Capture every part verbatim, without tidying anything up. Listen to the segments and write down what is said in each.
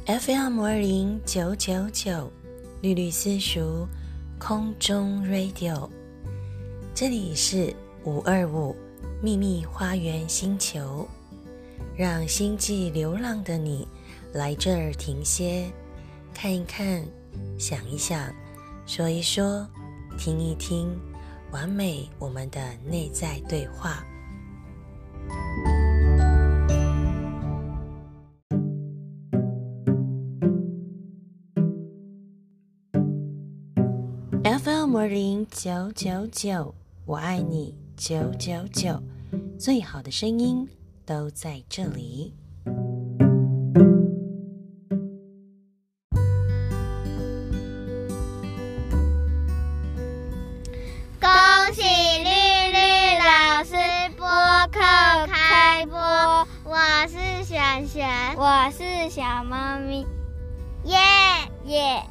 F M 二零九九九绿绿私塾空中 Radio， 这里是五二五秘密花园星球，让星际流浪的你来这儿停歇，看一看，想一想，说一说，听一听，完美我们的内在对话。F M 二零九九九，我爱你九九九，最好的声音都在这里。 恭喜绿绿老师播客开播，我是璇璇，我是小猫咪，耶耶！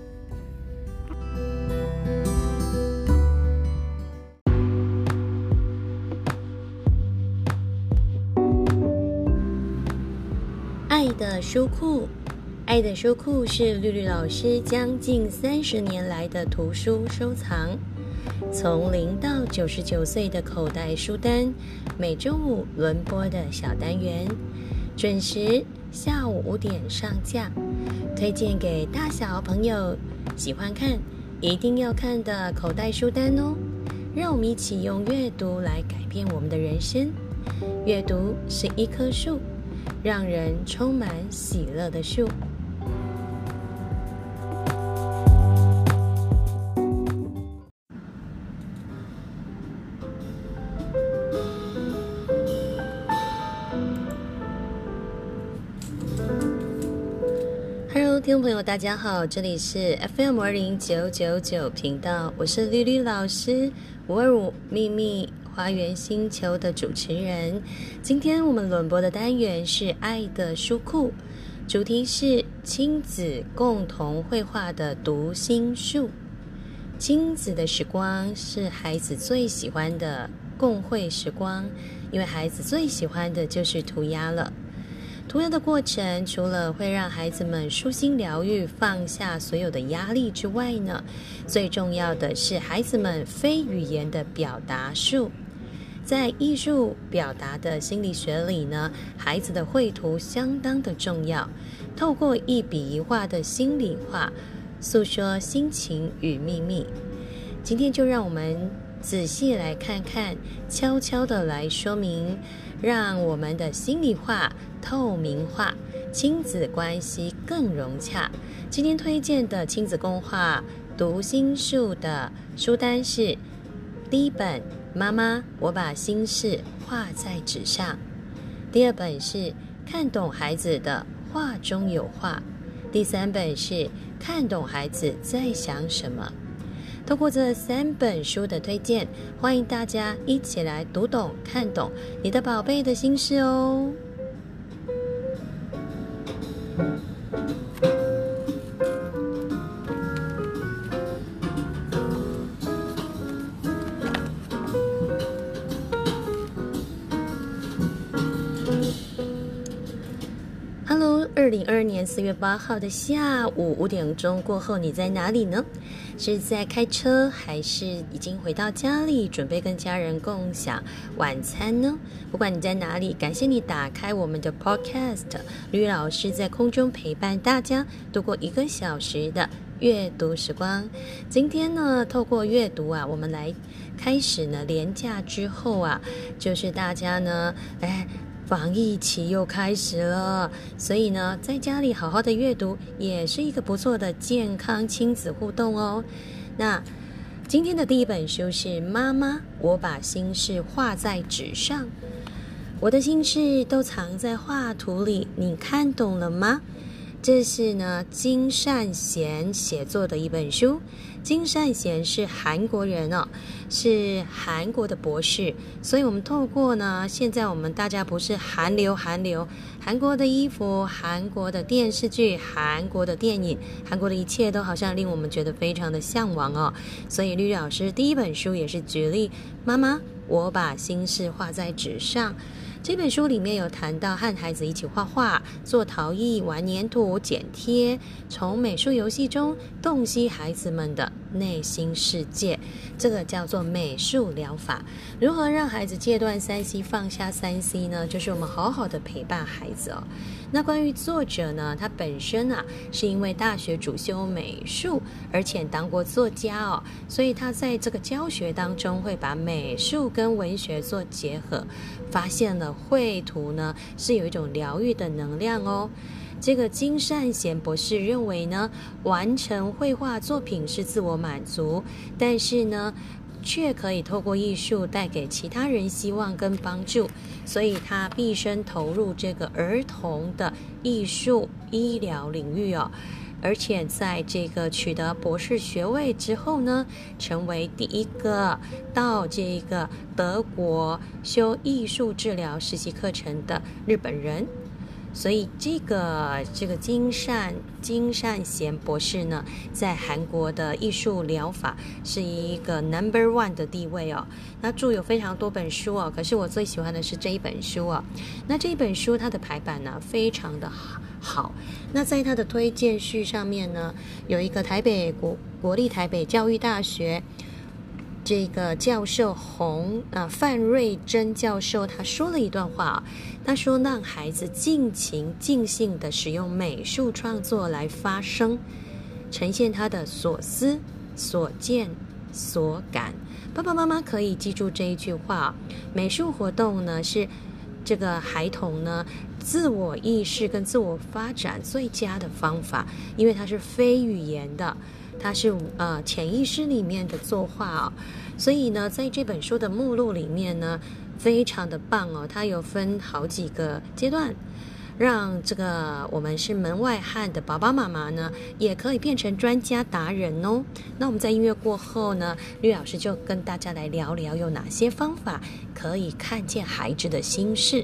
爱的书库，爱的书库是绿绿老师将近三十年来的图书收藏，从零到九十九岁的口袋书单，每周五轮播的小单元，准时下午五点上架，推荐给大小朋友喜欢看、一定要看的口袋书单哦。让我们一起用阅读来改变我们的人生。阅读是一棵树，让人充满喜乐的树。Hello， 听众朋友，大家好，这里是 F M 二零九九九频道，我是绿绿老师，五二五秘密花园星球的主持人。今天我们轮播的单元是爱的书库，主题是亲子共同绘画的读心术。亲子的时光是孩子最喜欢的共绘时光，因为孩子最喜欢的就是涂鸦了。涂鸦的过程除了会让孩子们舒心疗愈，放下所有的压力之外呢，最重要的是孩子们非语言的表达术。在艺术表达的心理学里呢，孩子的绘图相当的重要，透过一笔一画的心里话，诉说心情与秘密。今天就让我们仔细来看看，悄悄的来说明，让我们的心里话透明化，亲子关系更融洽。今天推荐的亲子共画读心术的书单是第一本，妈妈我把心事画在纸上；第二本是看懂孩子的画中有画；第三本是看懂孩子在想什么。透过这三本书的推荐，欢迎大家一起来读懂看懂你的宝贝的心事哦。Hello， 二零二二年四月八号的下午五点钟过后，你在哪里呢？是在开车，还是已经回到家里，准备跟家人共享晚餐呢？不管你在哪里，感谢你打开我们的 Podcast， 吕老师在空中陪伴大家度过一个小时的阅读时光。今天呢，透过阅读啊，我们来开始呢，连假之后啊，就是大家呢，哎。防疫期又开始了，所以呢，在家里好好的阅读也是一个不错的健康亲子互动哦。那今天的第一本书是妈妈，我把心事画在纸上。我的心事都藏在画图里，你看懂了吗？这是呢金善贤写作的一本书。金善贤是韩国人哦，是韩国的博士，所以我们透过呢，现在我们大家不是韩流韩流，韩国的衣服、韩国的电视剧、韩国的电影、韩国的一切都好像令我们觉得非常的向往哦。所以绿绿老师第一本书也是举例，妈妈我把心事画在纸上。 这本书里面有谈到和孩子一起画画、做陶艺、玩粘土、剪贴，从美术游戏中洞悉孩子们的内心世界，这个叫做美术疗法。如何让孩子戒断三 C， 放下三 C 呢？就是我们好好的陪伴孩子哦。那关于作者呢，他本身啊是因为大学主修美术，而且当过作家哦，所以他在这个教学当中会把美术跟文学做结合，发现了绘图呢是有一种疗愈的能量哦。这个金善贤博士认为呢，完成绘画作品是自我满足，但是呢却可以透过艺术带给其他人希望跟帮助，所以他毕生投入这个儿童的艺术医疗领域哦。而且在这个取得博士学位之后呢，成为第一个到这个德国修艺术治疗实习课程的日本人。所以这个这个金善金善贤博士呢，在韩国的艺术疗法是一个 number one 的地位哦。那著有非常多本书哦，可是我最喜欢的是这一本书哦。那这一本书它的排版呢非常的好。那在它的推荐序上面呢，有一个台北国国立台北教育大学这个教授洪啊范瑞珍教授，他说了一段话，他说让孩子尽情尽兴的使用美术创作来发声，呈现他的所思所见所感。爸爸妈妈可以记住这一句话，美术活动呢是这个孩童呢自我意识跟自我发展最佳的方法，因为它是非语言的，它是呃潜意识里面的作画哦。所以呢，在这本书的目录里面呢，非常的棒哦，它有分好几个阶段，让这个我们是门外汉的爸爸妈妈呢，也可以变成专家达人哦。那我们在音乐过后呢，吕老师就跟大家来聊聊有哪些方法可以看见孩子的心事。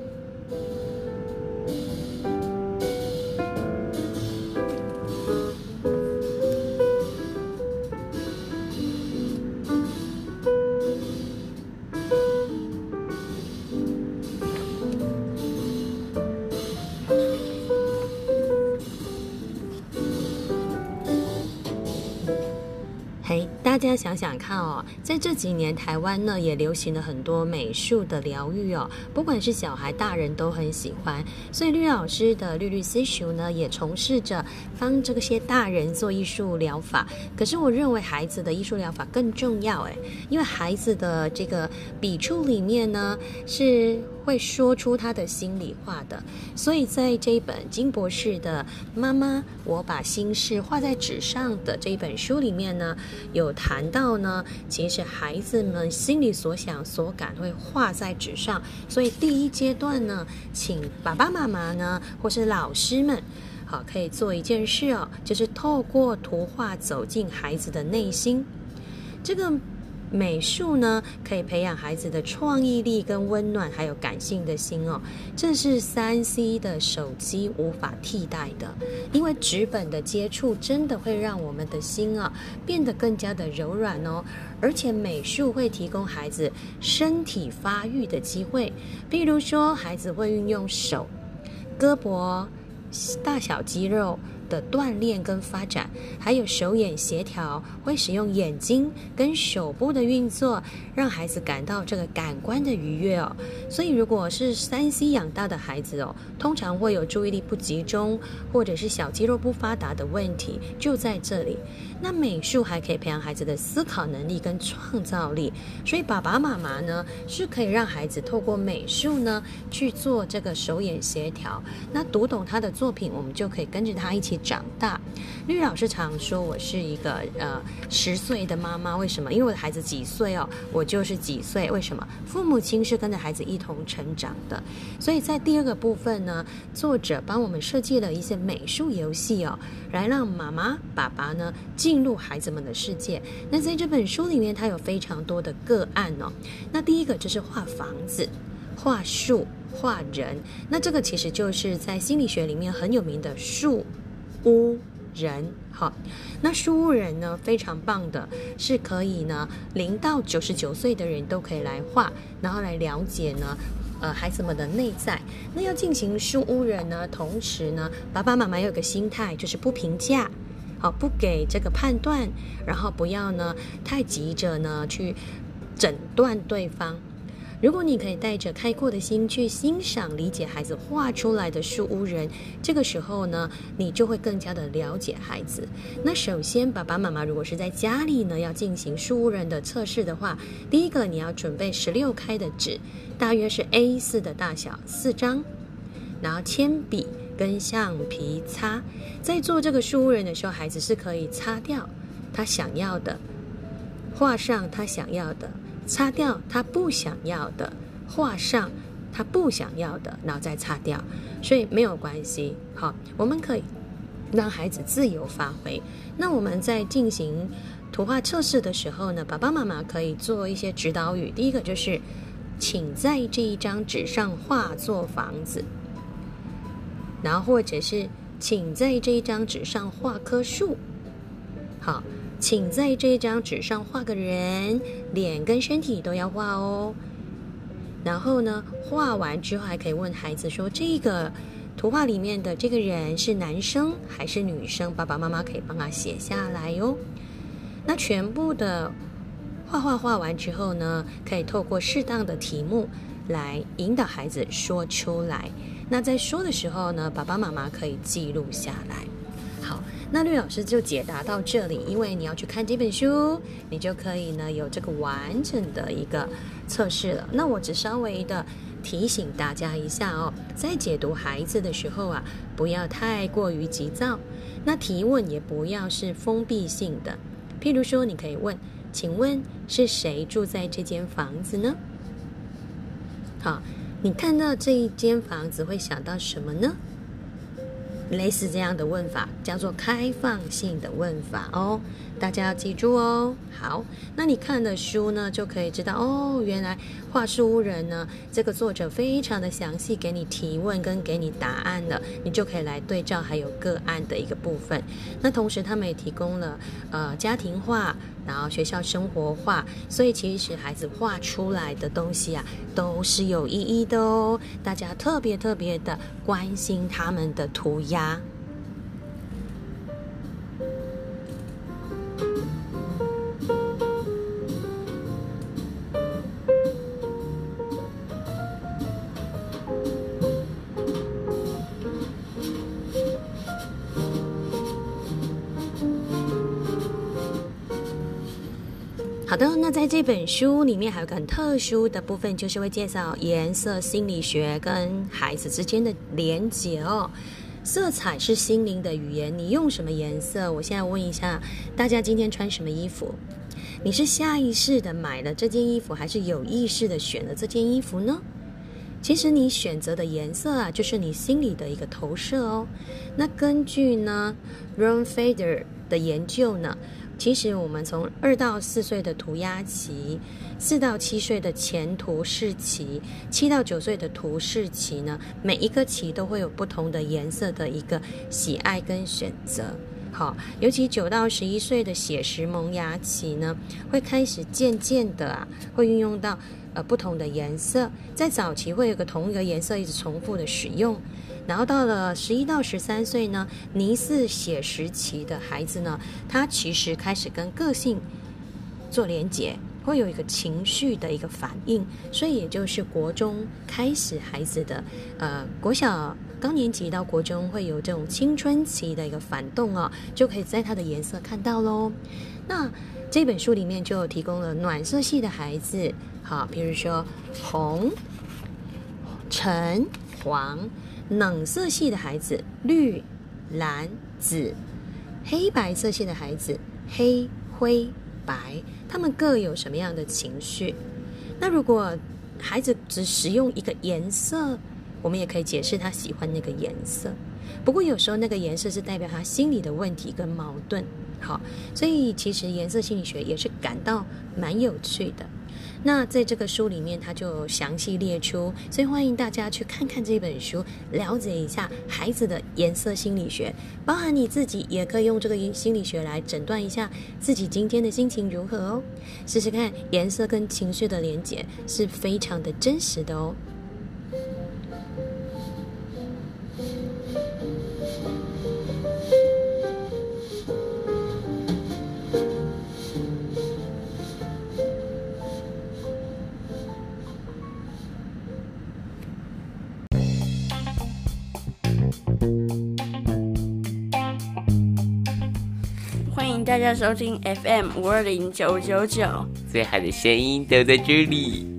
大家想想看哦，在这几年台湾呢也流行了很多美术的疗愈哦，不管是小孩大人都很喜欢，所以绿老师的绿绿私塾呢也从事着帮这些大人做艺术疗法。可是我认为孩子的艺术疗法更重要诶，因为孩子的这个笔触里面呢是会说出他的心里话的，所以在这一本金博士的妈妈我把心事画在纸上的这一本书里面呢，有谈到呢，其实孩子们心里所想所感会画在纸上，所以第一阶段呢，请爸爸妈妈呢或是老师们好可以做一件事哦，就是透过图画走进孩子的内心。这个美术呢可以培养孩子的创意力跟温暖还有感性的心哦，这是 三 C 的手机无法替代的，因为纸本的接触真的会让我们的心啊变得更加的柔软哦，而且美术会提供孩子身体发育的机会，比如说孩子会运用手、胳膊、大小肌肉的锻炼跟发展，还有手眼协调，会使用眼睛跟手部的运作，让孩子感到这个感官的愉悦哦。所以如果是 三 C 养大的孩子哦，通常会有注意力不集中或者是小肌肉不发达的问题，就在这里。那美术还可以培养孩子的思考能力跟创造力，所以爸爸妈妈呢是可以让孩子透过美术呢去做这个手眼协调，那读懂他的作品，我们就可以跟着他一起长大。绿老师常说我是一个呃十岁的妈妈，为什么？因为我的孩子几岁哦，我就是几岁。为什么？父母亲是跟着孩子一同成长的。所以在第二个部分呢，作者帮我们设计了一些美术游戏哦，来让妈妈爸爸呢进入孩子们的世界。那在这本书里面，它有非常多的个案哦。那第一个就是画房子、画树、画人，那这个其实就是在心理学里面很有名的树屋人。好，那树屋人呢非常棒的，是可以呢零到九十九岁的人都可以来画，然后来了解呢呃孩子们的内在。那要进行树屋人呢，同时呢，爸爸妈妈有个心态，就是不评价，好，不给这个判断，然后不要呢太急着呢去诊断对方。如果你可以带着开阔的心去欣赏、理解孩子画出来的树屋人，这个时候呢，你就会更加的了解孩子。那首先，爸爸妈妈如果是在家里呢，要进行树屋人的测试的话，第一个你要准备十六开的纸，大约是 A 四 的大小，四张，然后铅笔跟橡皮擦。在做这个树屋人的时候，孩子是可以擦掉他想要的，画上他想要的，擦掉他不想要的，画上他不想要的，然后再擦掉，所以没有关系。好，我们可以让孩子自由发挥。那我们在进行图画测试的时候呢，爸爸妈妈可以做一些指导语。第一个就是请在这一张纸上画作房子，然后或者是请在这一张纸上画棵树。好，请在这张纸上画个人，脸跟身体都要画哦。然后呢，画完之后还可以问孩子说，这个图画里面的这个人是男生还是女生？爸爸妈妈可以帮他写下来哦。那全部的画画画完之后呢，可以透过适当的题目来引导孩子说出来。那在说的时候呢，爸爸妈妈可以记录下来。好，那绿老师就解答到这里，因为你要去看这本书，你就可以呢有这个完整的一个测试了。那我只稍微的提醒大家一下哦，在解读孩子的时候啊，不要太过于急躁，那提问也不要是封闭性的。譬如说，你可以问，请问是谁住在这间房子呢？好，你看到这一间房子会想到什么呢？类似这样的问法叫做开放性的问法哦，大家要记住哦。好，那你看的书呢，就可以知道哦，原来画树屋人呢，这个作者非常的详细给你提问跟给你答案了，你就可以来对照还有个案的一个部分。那同时他们也提供了呃家庭画，然后学校生活化，所以其实孩子画出来的东西啊，都是有意义的哦。大家特别特别的关心他们的涂鸦。好的，那在这本书里面还有个很特殊的部分，就是会介绍颜色心理学跟孩子之间的连结哦。色彩是心灵的语言，你用什么颜色？我现在问一下大家，今天穿什么衣服？你是下意识的买了这件衣服，还是有意识的选了这件衣服呢？其实你选择的颜色啊，就是你心里的一个投射哦。那根据呢 Ron Fader 的研究呢，其实我们从二到四岁的涂鸦期，四到七岁的前涂饰期，七到九岁的涂饰期呢，每一个期都会有不同的颜色的一个喜爱跟选择。好，尤其九到十一岁的写实萌芽期呢，会开始渐渐的啊，会运用到呃不同的颜色。在早期会有个同一个颜色一直重复的使用，然后到了十一到十三岁呢，尼斯写实期的孩子呢，他其实开始跟个性做连结，会有一个情绪的一个反应，所以也就是国中开始孩子的呃国小高年级到国中会有这种青春期的一个反动哦，就可以在它的颜色看到咯。那这本书里面就有提供了暖色系的孩子，好，比如说红、橙、黄；冷色系的孩子绿、蓝、紫；黑白色系的孩子黑、灰、白。他们各有什么样的情绪？那如果孩子只使用一个颜色，我们也可以解释他喜欢那个颜色。不过有时候那个颜色是代表他心里的问题跟矛盾。好，所以其实颜色心理学也是感到蛮有趣的。那在这个书里面他就详细列出，所以欢迎大家去看看这本书，了解一下孩子的颜色心理学，包含你自己也可以用这个心理学来诊断一下自己今天的心情如何哦。试试看，颜色跟情绪的连结是非常的真实的哦。 欢迎大家收听 F M 五二零九九九， 最好的声音都在这里。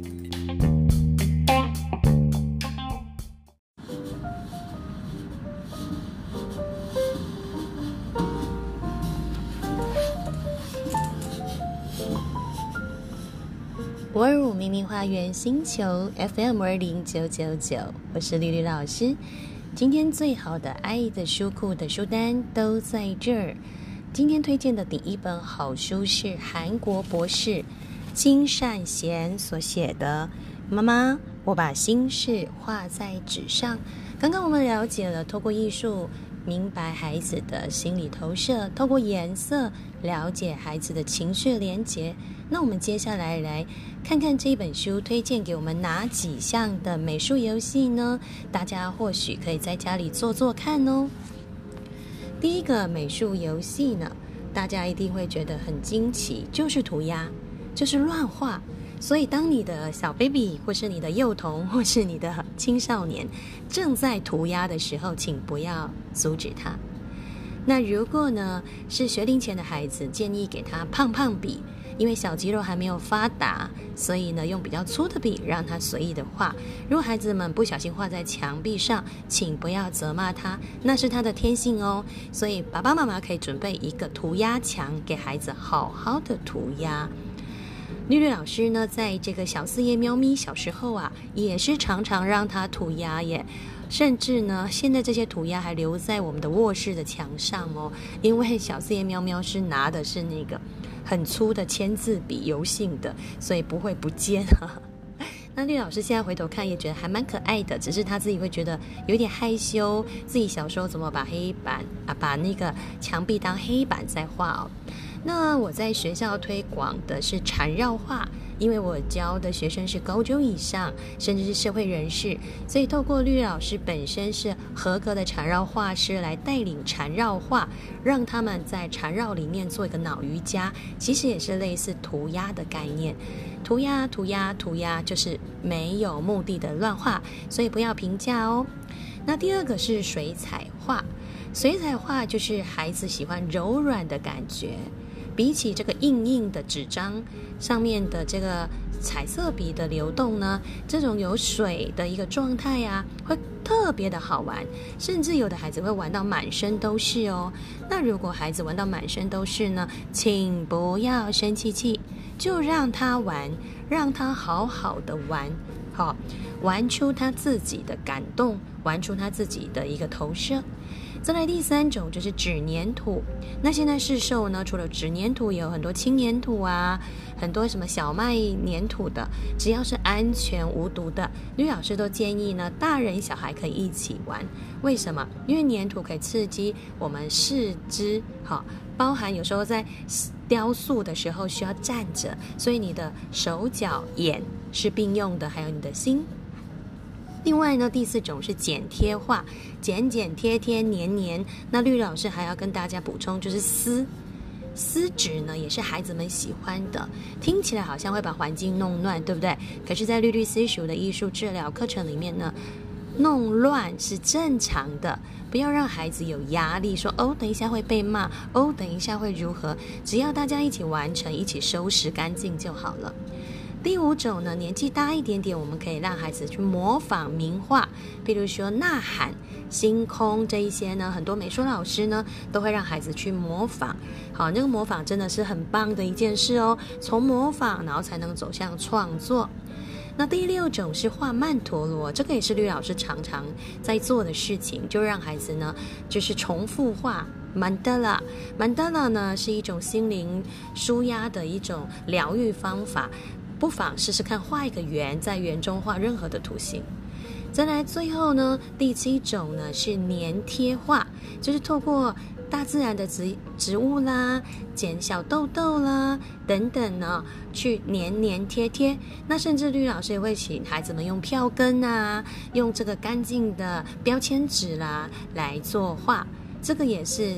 五二五秘密花园星球 F M 二零九九九，我是丽丽老师。今天最好的爱的书库的书单都在这儿。今天推荐的第一本好书是韩国博士金善贤所写的《妈妈，我把心事画在纸上》。刚刚我们了解了透过艺术明白孩子的心理投射，透过颜色了解孩子的情绪连结。那我们接下来来看看这本书推荐给我们哪几项的美术游戏呢？大家或许可以在家里做做看哦。第一个美术游戏呢，大家一定会觉得很惊奇，就是涂鸦，就是乱画。所以当你的小 baby 或是你的幼童或是你的青少年正在涂鸦的时候，请不要阻止他。那如果呢是学龄前的孩子，建议给他胖胖笔，因为小肌肉还没有发达，所以呢用比较粗的笔让他随意的画。如果孩子们不小心画在墙壁上，请不要责骂他，那是他的天性哦。所以爸爸妈妈可以准备一个涂鸦墙，给孩子好好的涂鸦。绿绿老师呢，在这个小四叶喵咪小时候啊，也是常常让他涂鸦耶。甚至呢，现在这些涂鸦还留在我们的卧室的墙上哦，因为小四叶喵喵是拿的是那个很粗的签字笔，油性的，所以不会不见啊。那绿老师现在回头看也觉得还蛮可爱的，只是他自己会觉得有点害羞，自己小时候怎么把黑板啊，把那个墙壁当黑板在画哦。那我在学校推广的是缠绕画，因为我教的学生是高中以上，甚至是社会人士，所以透过绿老师本身是合格的缠绕画师来带领缠绕画，让他们在缠绕里面做一个脑瑜伽，其实也是类似涂鸦的概念。涂鸦涂鸦涂鸦就是没有目的的乱画，所以不要评价哦。那第二个是水彩画，水彩画就是孩子喜欢柔软的感觉，比起这个硬硬的纸张上面的这个彩色笔的流动呢，这种有水的一个状态啊，会特别的好玩，甚至有的孩子会玩到满身都是哦。那如果孩子玩到满身都是呢，请不要生气气，就让他玩，让他好好的玩，好，玩出他自己的感动，玩出他自己的一个投射。再来第三种就是纸粘土，那现在市售呢，除了纸粘土，也有很多轻粘土啊，很多什么小麦粘土的，只要是安全无毒的，绿老师都建议呢，大人小孩可以一起玩。为什么？因为粘土可以刺激我们四肢，好，包含有时候在雕塑的时候需要站着，所以你的手脚眼是并用的，还有你的心。另外呢，第四种是剪贴画，剪剪贴贴黏黏。那绿老师还要跟大家补充，就是撕撕纸呢，也是孩子们喜欢的。听起来好像会把环境弄乱，对不对？可是在绿绿私塾的艺术治疗课程里面呢，弄乱是正常的，不要让孩子有压力，说哦等一下会被骂，哦等一下会如何，只要大家一起完成，一起收拾干净就好了。第五种呢，年纪大一点点，我们可以让孩子去模仿名画，比如说呐喊、星空这一些呢，很多美术老师呢都会让孩子去模仿。好，那个模仿真的是很棒的一件事哦，从模仿然后才能走向创作。那第六种是画曼陀罗，这个也是绿老师常常在做的事情，就让孩子呢就是重复画曼德拉。曼德拉呢是一种心灵舒压的一种疗愈方法，不妨试试看画一个圆，在圆中画任何的图形。再来最后呢，第七种呢是粘贴画，就是透过大自然的植植物啦、剪小豆豆啦等等呢，去粘粘贴贴。那甚至绿老师也会请孩子们用票根啊，用这个干净的标签纸啦来作画，这个也是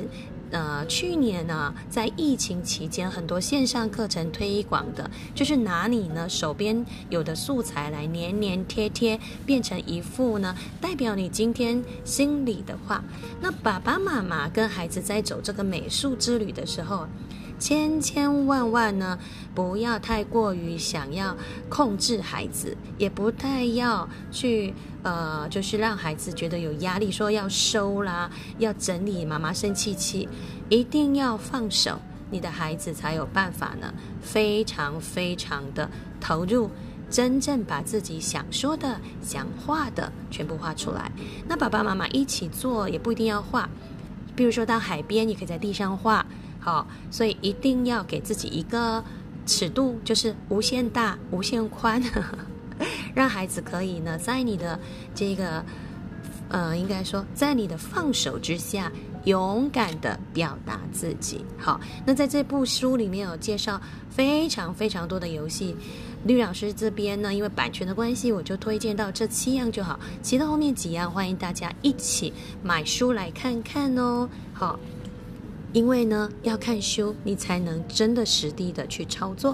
呃，去年呢，在疫情期间，很多线上课程推广的，就是拿你呢手边有的素材来粘粘贴贴，变成一幅呢代表你今天心里的话。那爸爸妈妈跟孩子在走这个美术之旅的时候，千千万万呢，不要太过于想要控制孩子，也不太要去呃，就是让孩子觉得有压力，说要收啦，要整理，妈妈生气气，一定要放手，你的孩子才有办法呢，非常非常的投入，真正把自己想说的、想画的全部画出来。那爸爸妈妈一起做，也不一定要画，比如说到海边，你可以在地上画。好，所以一定要给自己一个尺度，就是无限大、无限宽，呵呵，让孩子可以呢，在你的这个呃，应该说，在你的放手之下，勇敢的表达自己。好，那在这部书里面有介绍非常非常多的游戏。绿老师这边呢，因为版权的关系，我就推荐到这七样就好，其他后面几样欢迎大家一起买书来看看哦。好。因为呢，要看书，你才能真的实地的去操作。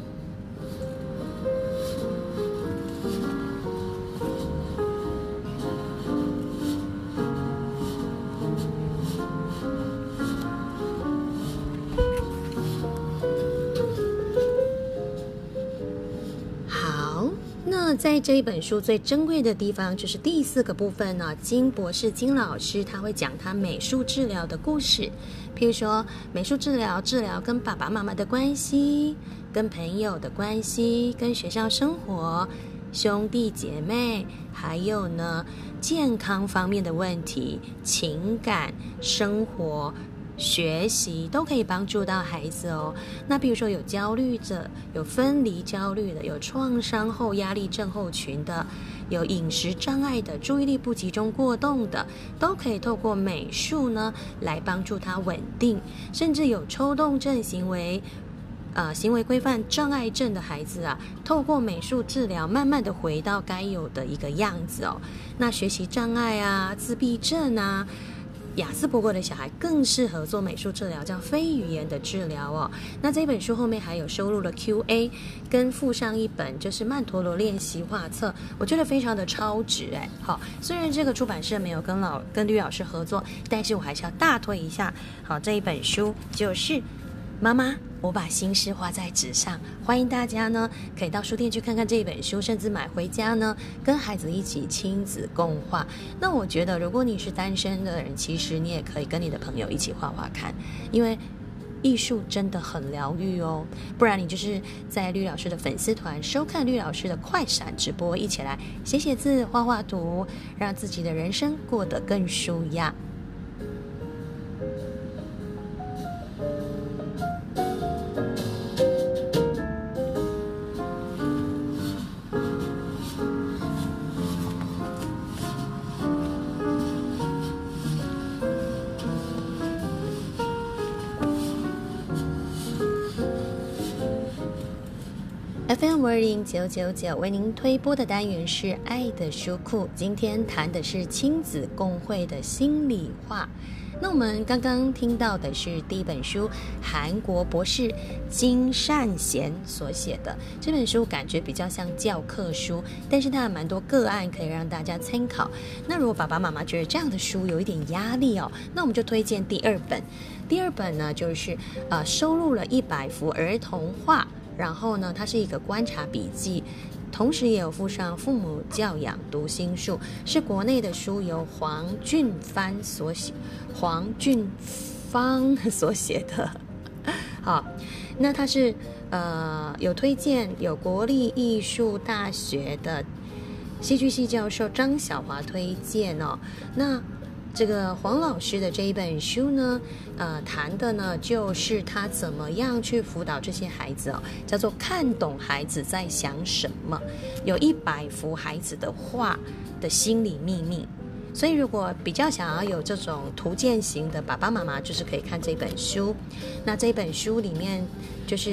好，那在这一本书最珍贵的地方，就是第四个部分呢，金博士金老师他会讲他美术治疗的故事。譬如说美术治疗治疗跟爸爸妈妈的关系，跟朋友的关系，跟学校生活，兄弟姐妹，还有呢健康方面的问题，情感生活学习都可以帮助到孩子哦。那比如说有焦虑者，有分离焦虑的，有创伤后压力症候群的，有饮食障碍的，注意力不集中过动的，都可以透过美术呢来帮助他稳定。甚至有抽动症行为呃，行为规范障碍症的孩子啊，透过美术治疗慢慢的回到该有的一个样子哦。那学习障碍啊，自闭症啊，亚斯伯格的小孩更适合做美术治疗，叫非语言的治疗哦。那这本书后面还有收录了 Q A， 跟附上一本就是曼陀罗练习画册，我觉得非常的超值哎。好，虽然这个出版社没有跟老跟吕老师合作，但是我还是要大推一下。好，这一本书就是妈妈，我把心事画在纸上，欢迎大家呢可以到书店去看看这本书，甚至买回家呢跟孩子一起亲子共画。那我觉得如果你是单身的人，其实你也可以跟你的朋友一起画画看，因为艺术真的很疗愈哦。不然你就是在吕老师的粉丝团收看吕老师的快闪直播，一起来写写字画画图，让自己的人生过得更舒压。F M 五二零九九九为您推播的单元是爱的书库，今天谈的是亲子共绘的心里话。那我们刚刚听到的是第一本书，韩国博士金善贤所写的这本书，感觉比较像教科书，但是它有蛮多个案可以让大家参考。那如果爸爸妈妈觉得这样的书有一点压力哦，那我们就推荐第二本。第二本呢，就是呃收录了一百幅儿童画。然后呢，它是一个观察笔记，同时也有附上父母教养读心术，是国内的书，由黄俊帆所写，黄俊芳所写的。好，那它是呃有推荐，有国立艺术大学的戏剧系教授张晓华推荐哦。那这个黄老师的这一本书呢，呃，谈的呢就是他怎么样去辅导这些孩子哦，叫做看懂孩子在想什么，有一百幅孩子的画的心理秘密。所以如果比较想要有这种图鉴型的爸爸妈妈，就是可以看这本书。那这本书里面就是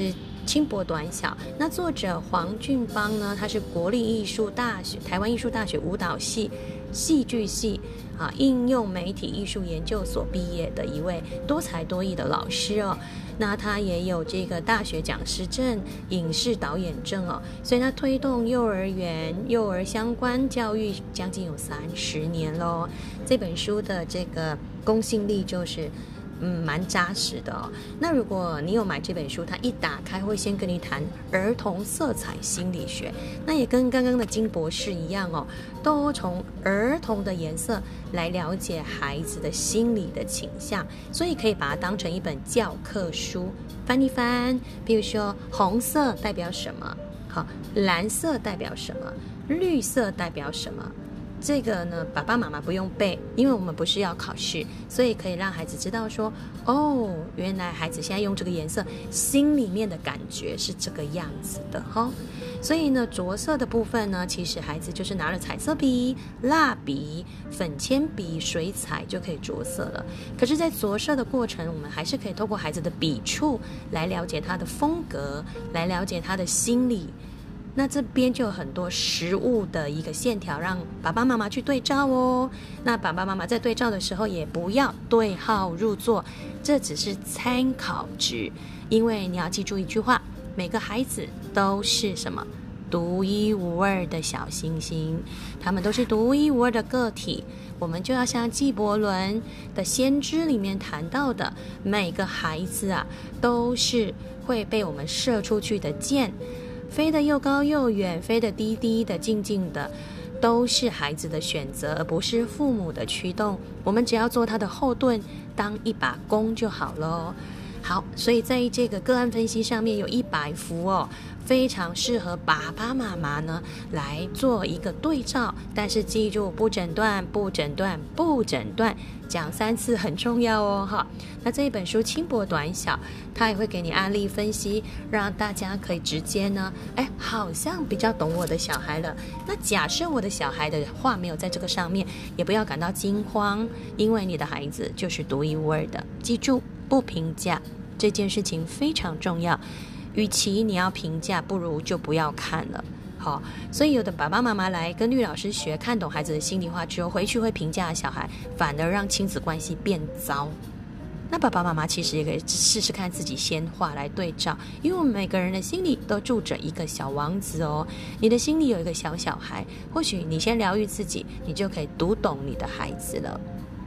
轻薄短小。那作者黄俊芳呢，他是国立艺术大学、台湾艺术大学舞蹈系、戏剧系啊应用媒体艺术研究所毕业的一位多才多艺的老师哦。那他也有这个大学讲师证、影视导演证哦，所以他推动幼儿园、幼儿相关教育将近有三十年咯。这本书的这个公信力就是嗯，蛮扎实的哦。那如果你有买这本书，它一打开会先跟你谈儿童色彩心理学，那也跟刚刚的金博士一样哦，都从儿童的颜色来了解孩子的心理的倾向，所以可以把它当成一本教科书翻一翻。比如说红色代表什么，好，蓝色代表什么，绿色代表什么。这个呢，爸爸妈妈不用背，因为我们不是要考试，所以可以让孩子知道说，哦，原来孩子现在用这个颜色，心里面的感觉是这个样子的哈、哦。所以呢，着色的部分呢，其实孩子就是拿了彩色笔、蜡笔、粉铅笔、水彩就可以着色了。可是，在着色的过程，我们还是可以透过孩子的笔触来了解他的风格，来了解他的心理。那这边就有很多实物的一个线条，让爸爸妈妈去对照哦。那爸爸妈妈在对照的时候，也不要对号入座，这只是参考值。因为你要记住一句话，每个孩子都是什么？独一无二的小星星，他们都是独一无二的个体。我们就要像纪伯伦的《先知》里面谈到的，每个孩子啊，都是会被我们射出去的箭。飞得又高又远，飞得低低的静静的，都是孩子的选择，而不是父母的驱动。我们只要做他的后盾，当一把弓就好了。好，所以在这个个案分析上面有一百幅哦，非常适合爸爸妈妈呢来做一个对照。但是记住，不诊断，不诊断，不诊断，讲三次很重要哦哈。那这一本书轻薄短小，它也会给你案例分析，让大家可以直接呢，哎，好像比较懂我的小孩了。那假设我的小孩的话没有在这个上面，也不要感到惊慌，因为你的孩子就是独一无二的。记住，不评价这件事情非常重要。与其你要评价，不如就不要看了。好，所以有的爸爸妈妈来跟绿老师学，看懂孩子的心里话之后，回去会评价小孩，反而让亲子关系变糟。那爸爸妈妈其实也可以试试看自己先画来对照，因为我们每个人的心里都住着一个小王子哦。你的心里有一个小小孩，或许你先疗愈自己，你就可以读懂你的孩子了。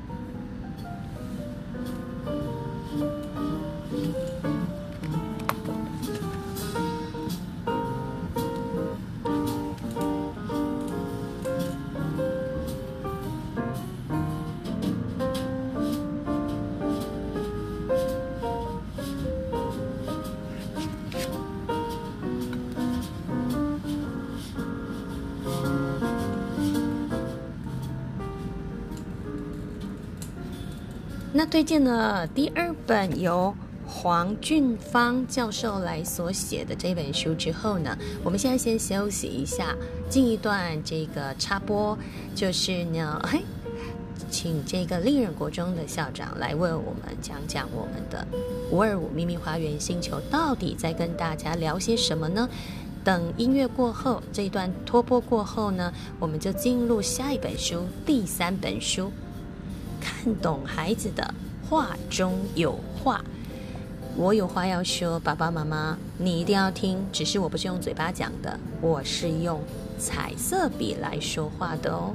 那推荐了第二本由黄俊芳教授来所写的这本书之后呢，我们现在先休息一下，进一段这个插播，就是呢，嘿，请这个丽人国中的校长来为我们讲讲我们的五二五秘密花园星球到底在跟大家聊些什么呢？等音乐过后，这一段拖播过后呢，我们就进入下一本书，第三本书。看懂孩子的话中有话，我有话要说，爸爸妈妈你一定要听，只是我不是用嘴巴讲的，我是用彩色笔来说话的哦。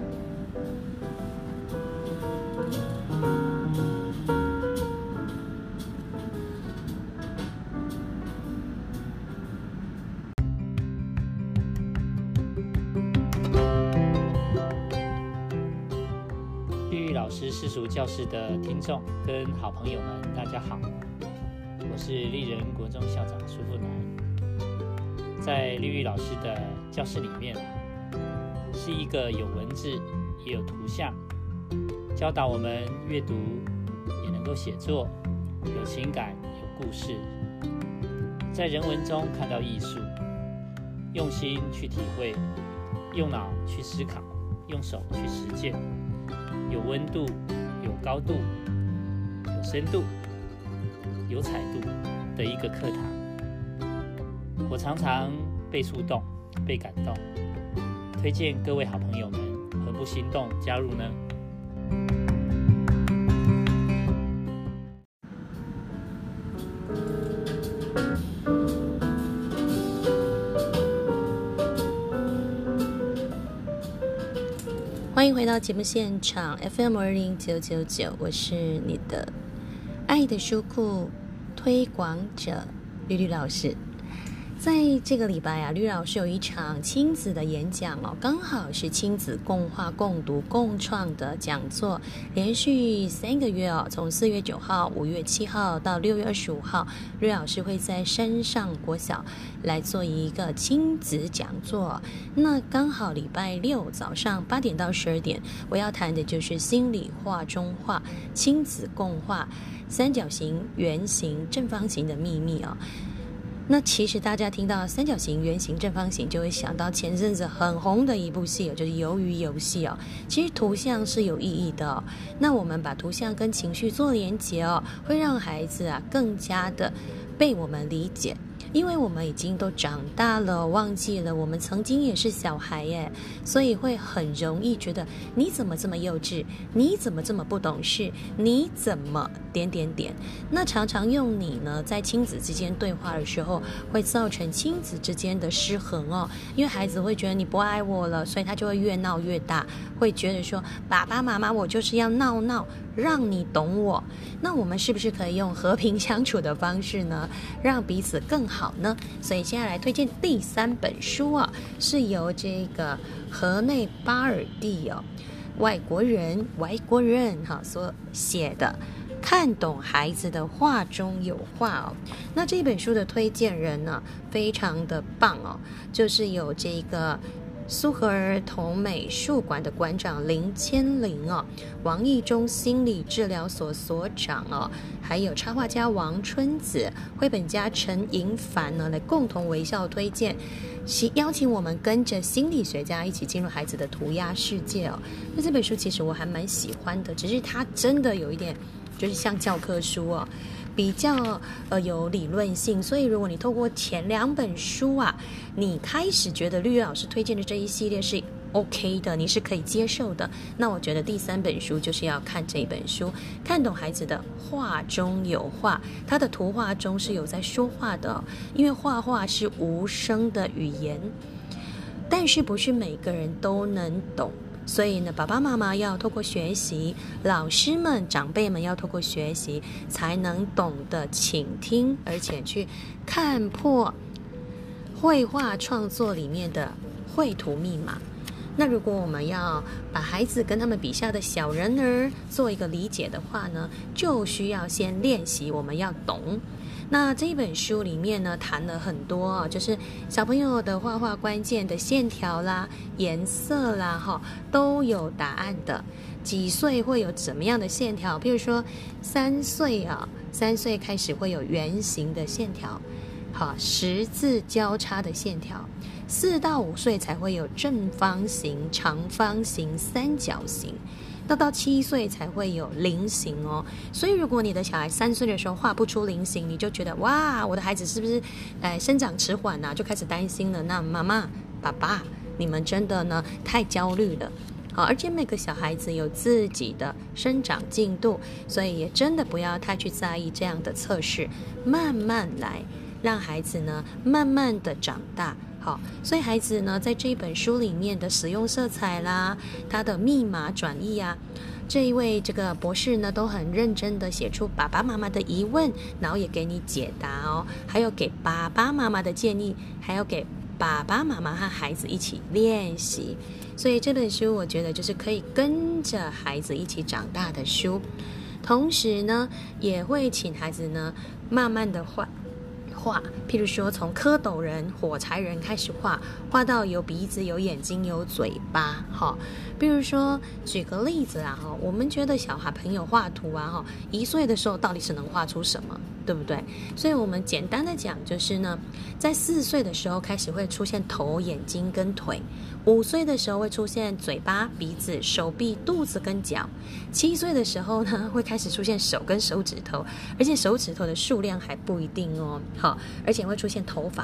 老师世俗教室的听众跟好朋友们，大家好，我是丽人国中校长苏富南。在丽玉老师的教室里面，是一个有文字也有图像，教导我们阅读，也能够写作，有情感，有故事，在人文中看到艺术，用心去体会，用脑去思考，用手去实践。有温度，有高度，有深度，有彩度的一个课堂。 我常常被触动，被感动，推荐各位好朋友们何不心动加入呢？ 欢迎回到节目现场 F M 二零九九九，我是你的爱的书库推广者绿绿老师。在这个礼拜啊，绿老师有一场亲子的演讲哦，刚好是亲子共画、共读、共创的讲座，连续三个月哦，从四月九号、五月七号到六月二十五号，绿老师会在山上国小来做一个亲子讲座。那刚好礼拜六早上八点到十二点，我要谈的就是心理画中画、亲子共画、三角形、圆形、正方形的秘密哦。那其实大家听到三角形、圆形、正方形，就会想到前阵子很红的一部戏哦，就是《鱿鱼游戏》哦。其实图像是有意义的哦。那我们把图像跟情绪做连结哦，会让孩子啊更加的被我们理解。因为我们已经都长大了，忘记了我们曾经也是小孩耶，所以会很容易觉得你怎么这么幼稚，你怎么这么不懂事，你怎么点点点。那常常用你呢在亲子之间对话的时候，会造成亲子之间的失衡哦。因为孩子会觉得你不爱我了，所以他就会越闹越大，会觉得说爸爸妈妈我就是要闹闹让你懂我。那我们是不是可以用和平相处的方式呢，让彼此更好呢？所以现在来推荐第三本书啊，是由这个河内巴尔蒂哦，外国人外国人哈所写的《看懂孩子的画中有画》哦。那这本书的推荐人呢，非常的棒哦，就是有这个苏荷儿童美术馆的馆长林千玲哦，王义中心理治疗所所长哦，还有插画家王春子、绘本家陈莹凡呢，来共同微笑推荐，邀请我们跟着心理学家一起进入孩子的涂鸦世界哦。那这本书其实我还蛮喜欢的，只是它真的有一点就是像教科书哦，比较呃有理论性，所以如果你透过前两本书啊，你开始觉得绿绿老师推荐的这一系列是 OK 的，你是可以接受的，那我觉得第三本书就是要看这本书，看懂孩子的画中有画，他的图画中是有在说话的哦，因为画画是无声的语言，但是不是每个人都能懂。所以呢，爸爸妈妈要透过学习，老师们长辈们要透过学习，才能懂得倾听，而且去看破绘画创作里面的绘图密码。那如果我们要把孩子跟他们笔下的小人儿做一个理解的话呢，就需要先练习，我们要懂。那这一本书里面呢，谈了很多啊，就是小朋友的画画关键的线条啦、颜色啦，哈，都有答案的。几岁会有怎么样的线条？比如说三岁啊，三岁开始会有圆形的线条，好，十字交叉的线条。四到五岁才会有正方形、长方形、三角形。到到七岁才会有菱形哦，所以如果你的小孩三岁的时候画不出菱形，你就觉得哇，我的孩子是不是呃生长迟缓啊，就开始担心了。那妈妈、爸爸，你们真的呢太焦虑了。好，而且每个小孩子有自己的生长进度，所以也真的不要太去在意这样的测试，慢慢来，让孩子呢慢慢的长大。好，所以孩子呢，在这一本书里面的使用色彩啦，他的密码转译啊，这一位这个博士呢，都很认真的写出爸爸妈妈的疑问，然后也给你解答哦，还有给爸爸妈妈的建议，还有给爸爸妈妈和孩子一起练习。所以这本书我觉得就是可以跟着孩子一起长大的书，同时呢，也会请孩子呢慢慢的画。画，譬如说从蝌蚪人、火柴人开始画，画到有鼻子、有眼睛、有嘴巴，哈。比如说，举个例子啊，哈，我们觉得小孩朋友画图啊，哈，一岁的时候到底是能画出什么，对不对？所以我们简单的讲，就是呢，在四岁的时候开始会出现头、眼睛跟腿，五岁的时候会出现嘴巴、鼻子、手臂、肚子跟脚，七岁的时候呢，会开始出现手跟手指头，而且手指头的数量还不一定哦，好，而且会出现头发。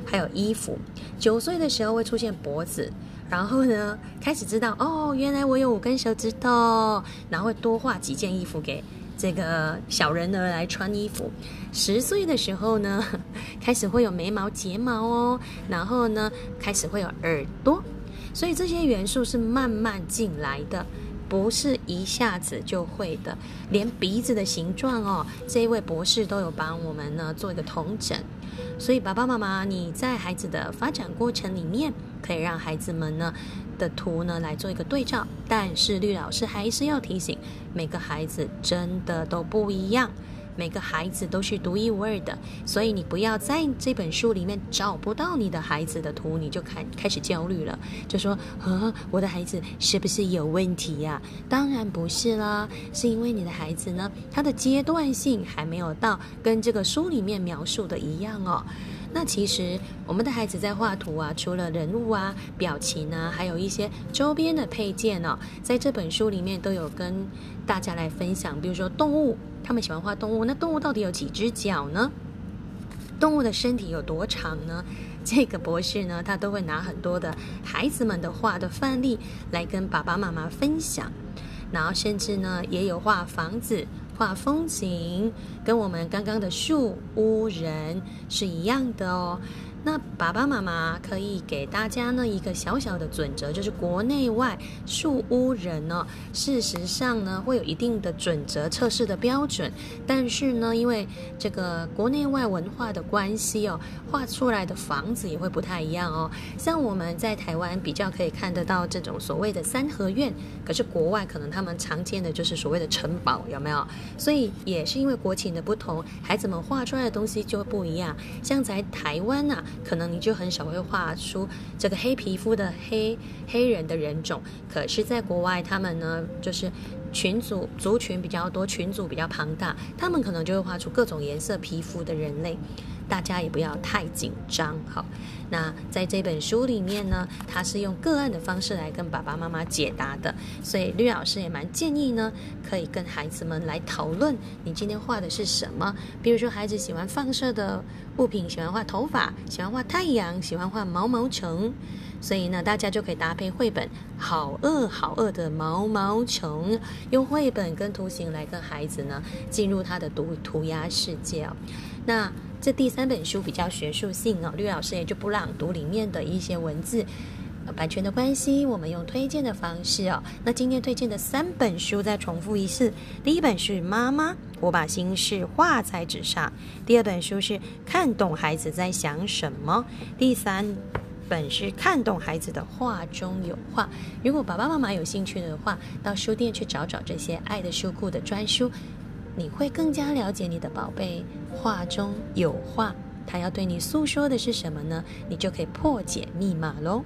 还有衣服。九岁的时候会出现脖子，然后呢开始知道哦，原来我有五根手指头，然后会多画几件衣服给这个小人儿来穿衣服。十岁的时候呢，开始会有眉毛、睫毛哦，然后呢开始会有耳朵，所以这些元素是慢慢进来的，不是一下子就会的。连鼻子的形状哦，这一位博士都有帮我们呢做一个统整。所以爸爸妈妈，你在孩子的发展过程里面，可以让孩子们呢的图呢来做一个对照，但是绿老师还是要提醒，每个孩子真的都不一样，每个孩子都是独一无二的，所以你不要在这本书里面找不到你的孩子的图，你就开开始焦虑了，就说啊，我的孩子是不是有问题呀？当然不是啦，是因为你的孩子呢，他的阶段性还没有到跟这个书里面描述的一样哦。那其实我们的孩子在画图啊，除了人物啊、表情啊，还有一些周边的配件哦，在这本书里面都有跟大家来分享。比如说动物，他们喜欢画动物，那动物到底有几只脚呢？动物的身体有多长呢？这个博士呢，他都会拿很多的孩子们的画的范例来跟爸爸妈妈分享，然后甚至呢也有画房子、画风景，跟我们刚刚的树屋人是一样的哦。那爸爸妈妈可以给大家呢一个小小的准则，就是国内外树屋人呢、哦，事实上呢会有一定的准则测试的标准，但是呢因为这个国内外文化的关系哦，画出来的房子也会不太一样哦。像我们在台湾比较可以看得到这种所谓的三合院，可是国外可能他们常见的就是所谓的城堡，有没有？所以也是因为国情的不同，孩子们画出来的东西就不一样。像在台湾啊，可能你就很少会画出这个黑皮肤的黑黑人的人种，可是在国外他们呢就是群组族群比较多，群组比较庞大，他们可能就会画出各种颜色皮肤的人类。大家也不要太紧张。好，那在这本书里面呢，它是用个案的方式来跟爸爸妈妈解答的，所以绿老师也蛮建议呢，可以跟孩子们来讨论你今天画的是什么。比如说孩子喜欢放射的物品，喜欢画头发，喜欢画太阳，喜欢画毛毛虫，所以呢大家就可以搭配绘本好饿好饿的毛毛虫，用绘本跟图形来跟孩子呢进入他的读涂鸦世界哦。那这第三本书比较学术性哦，绿老师也就不朗读里面的一些文字，版权的关系，我们用推荐的方式哦。那今天推荐的三本书再重复一次，第一本是妈妈，我把心事画在纸上；第二本书是看懂孩子在想什么；第三本是看懂孩子的画中有画。如果爸爸妈妈有兴趣的话，到书店去找找这些爱的书库的专书，你会更加了解你的宝贝画中有画，他要对你诉说的是什么呢？你就可以破解密码咯。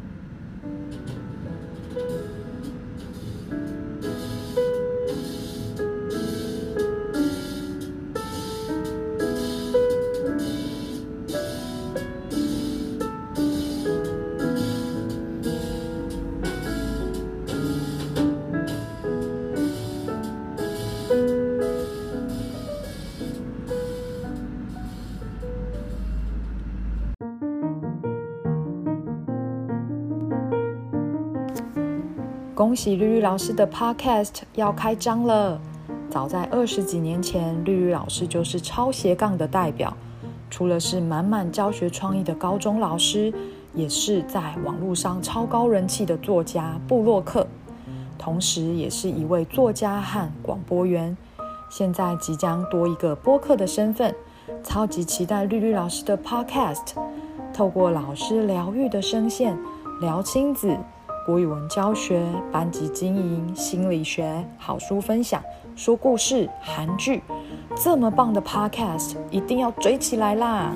恭喜绿绿老师的 Podcast 要开张了！早在二十几年前，绿绿老师就是超斜杠的代表，除了是满满教学创意的高中老师，也是在网络上超高人气的作家部落客，同时也是一位作家和广播员。现在即将多一个播客的身份，超级期待绿绿老师的 Podcast， 透过老师疗愈的声线，聊亲子、国语文教学、班级经营、心理学、好书分享、说故事、韩剧，这么棒的 podcast 一定要追起来啦！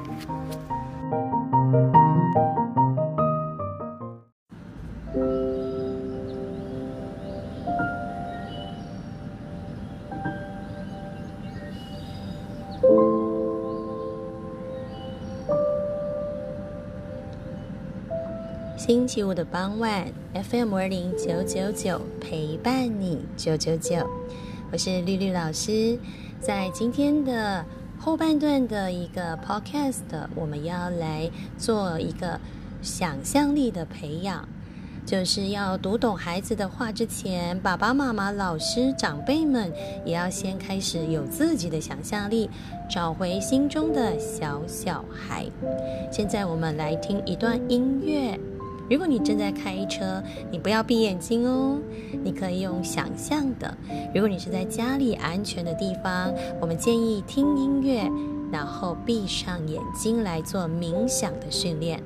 星期五的傍晚 F M 二零九九九陪伴你九九九，我是绿绿老师。在今天的后半段的一个 podcast， 我们要来做一个想象力的培养，就是要读懂孩子的话之前，爸爸妈妈、老师、长辈们也要先开始有自己的想象力，找回心中的小小孩。现在我们来听一段音乐。如果你正在开车，你不要闭眼睛哦，你可以用想象的。如果你是在家里安全的地方，我们建议听音乐，然后闭上眼睛来做冥想的训练。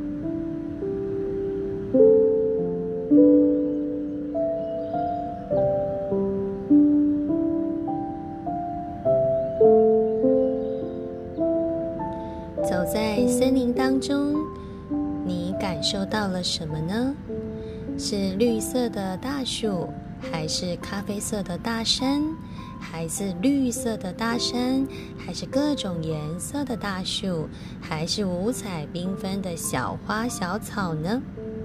走在森林当中，你感受到了什么呢？是绿色的大树，还是咖啡色的大山，还是绿色的大山，还是各种颜色的大树，还是五彩缤纷的小花小草呢？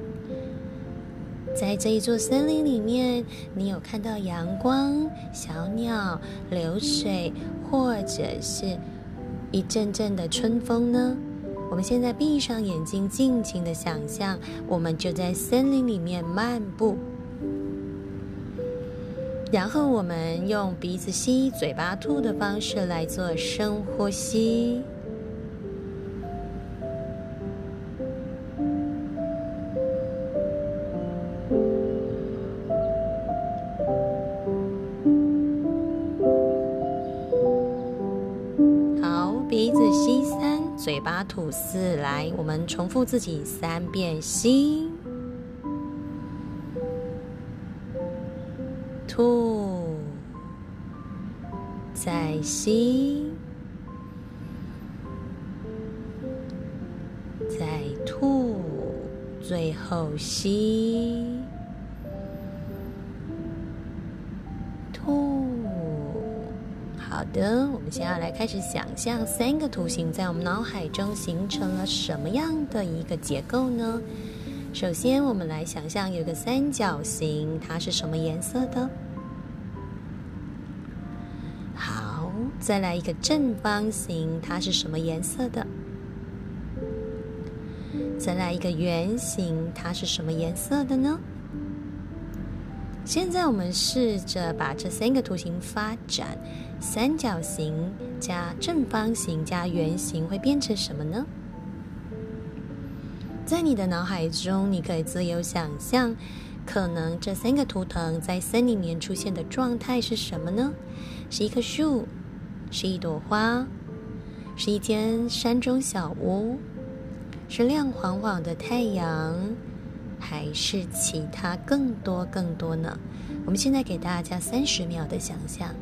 在这一座森林里面，你有看到阳光、小鸟、流水，或者是一阵阵的春风呢？我们现在闭上眼睛，尽情的想象，我们就在森林里面漫步。然后我们用鼻子吸、嘴巴吐的方式来做深呼吸。好，鼻子吸三，嘴巴吐四，来，我们重复自己三遍：吸、吐，再吸，再吐，最后吸、吐。好的，我们现在来开始想象三个图形在我们脑海中形成了什么样的一个结构呢？首先我们来想象有个三角形，它是什么颜色的？好，再来一个正方形，它是什么颜色的？再来一个圆形，它是什么颜色的呢？现在我们试着把这三个图形发展，三角形加正方形加圆形会变成什么呢？在你的脑海中，你可以自由想象，可能这三个图腾在森林里面出现的状态是什么呢？是一棵树，是一朵花，是一间山中小屋，是亮晃晃的太阳，还是其他更多更多呢？我们现在给大家三十秒的想象。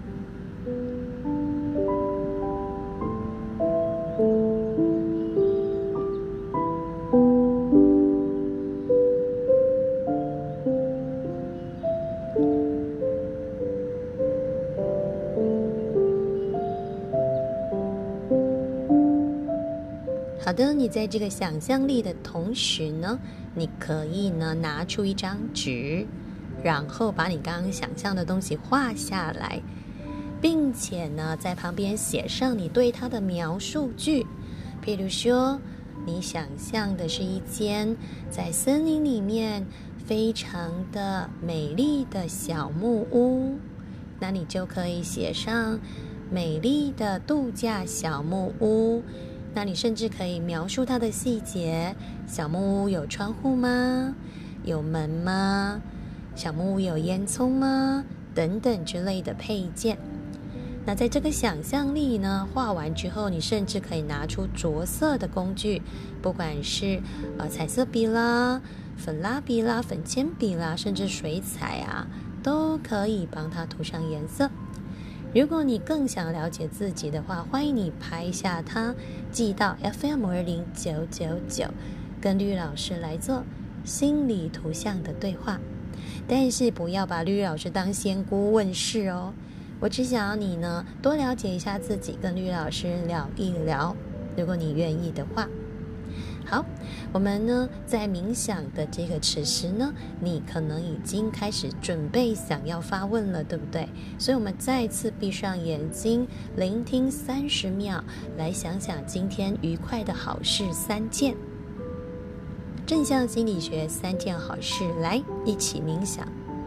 好的，你在这个想象力的同时呢，你可以呢拿出一张纸，然后把你刚刚想象的东西画下来，并且呢在旁边写上你对它的描述句。譬如说，你想象的是一间在森林里面非常的美丽的小木屋，那你就可以写上美丽的度假小木屋。那你甚至可以描述它的细节，小木屋有窗户吗？有门吗？小木屋有烟囱吗？等等之类的配件。那在这个想象力呢画完之后，你甚至可以拿出着色的工具，不管是呃彩色笔啦、粉蜡笔啦、粉铅笔啦，甚至水彩啊，都可以帮它涂上颜色。如果你更想了解自己的话，欢迎你拍下它，寄到 F M 二零九九九，跟绿老师来做心理图像的对话。但是不要把绿老师当仙姑问事哦，我只想要你呢多了解一下自己，跟绿老师聊一聊，如果你愿意的话。 好，我们呢在冥想的这个此时呢，你可能已经开始准备想要发问了，对不对？所以我们再次闭上眼睛，聆听三十秒，来想想今天愉快的好事三件。正向心理学三件好事，来一起冥想。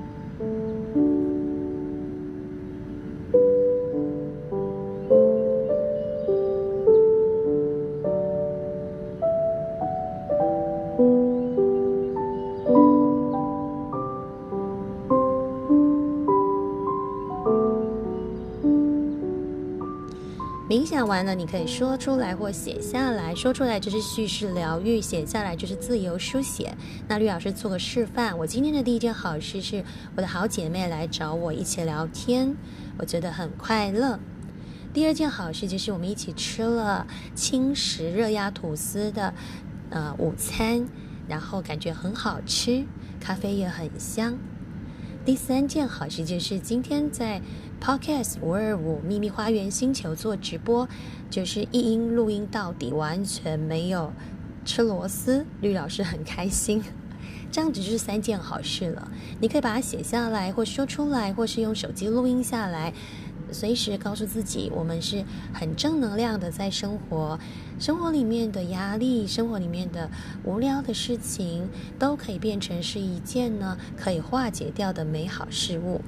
冥想完了，你可以说出来或写下来。说出来就是叙事疗愈，写下来就是自由书写。那吕老师做个示范，我今天的第一件好事是我的好姐妹来找我一起聊天，我觉得很快乐。第二件好事就是我们一起吃了轻食热压吐司的呃午餐，然后感觉很好吃，咖啡也很香。第三件好事就是今天在 Podcast 五二五秘密花园星球做直播，就是一音录音到底，完全没有吃螺丝，吕老师很开心。这样子就是三件好事了，你可以把它写下来或说出来，或是用手机录音下来，随时告诉自己我们是很正能量的在生活，生活里面的压力，生活里面的无聊的事情都可以变成是一件呢可以化解掉的美好事物。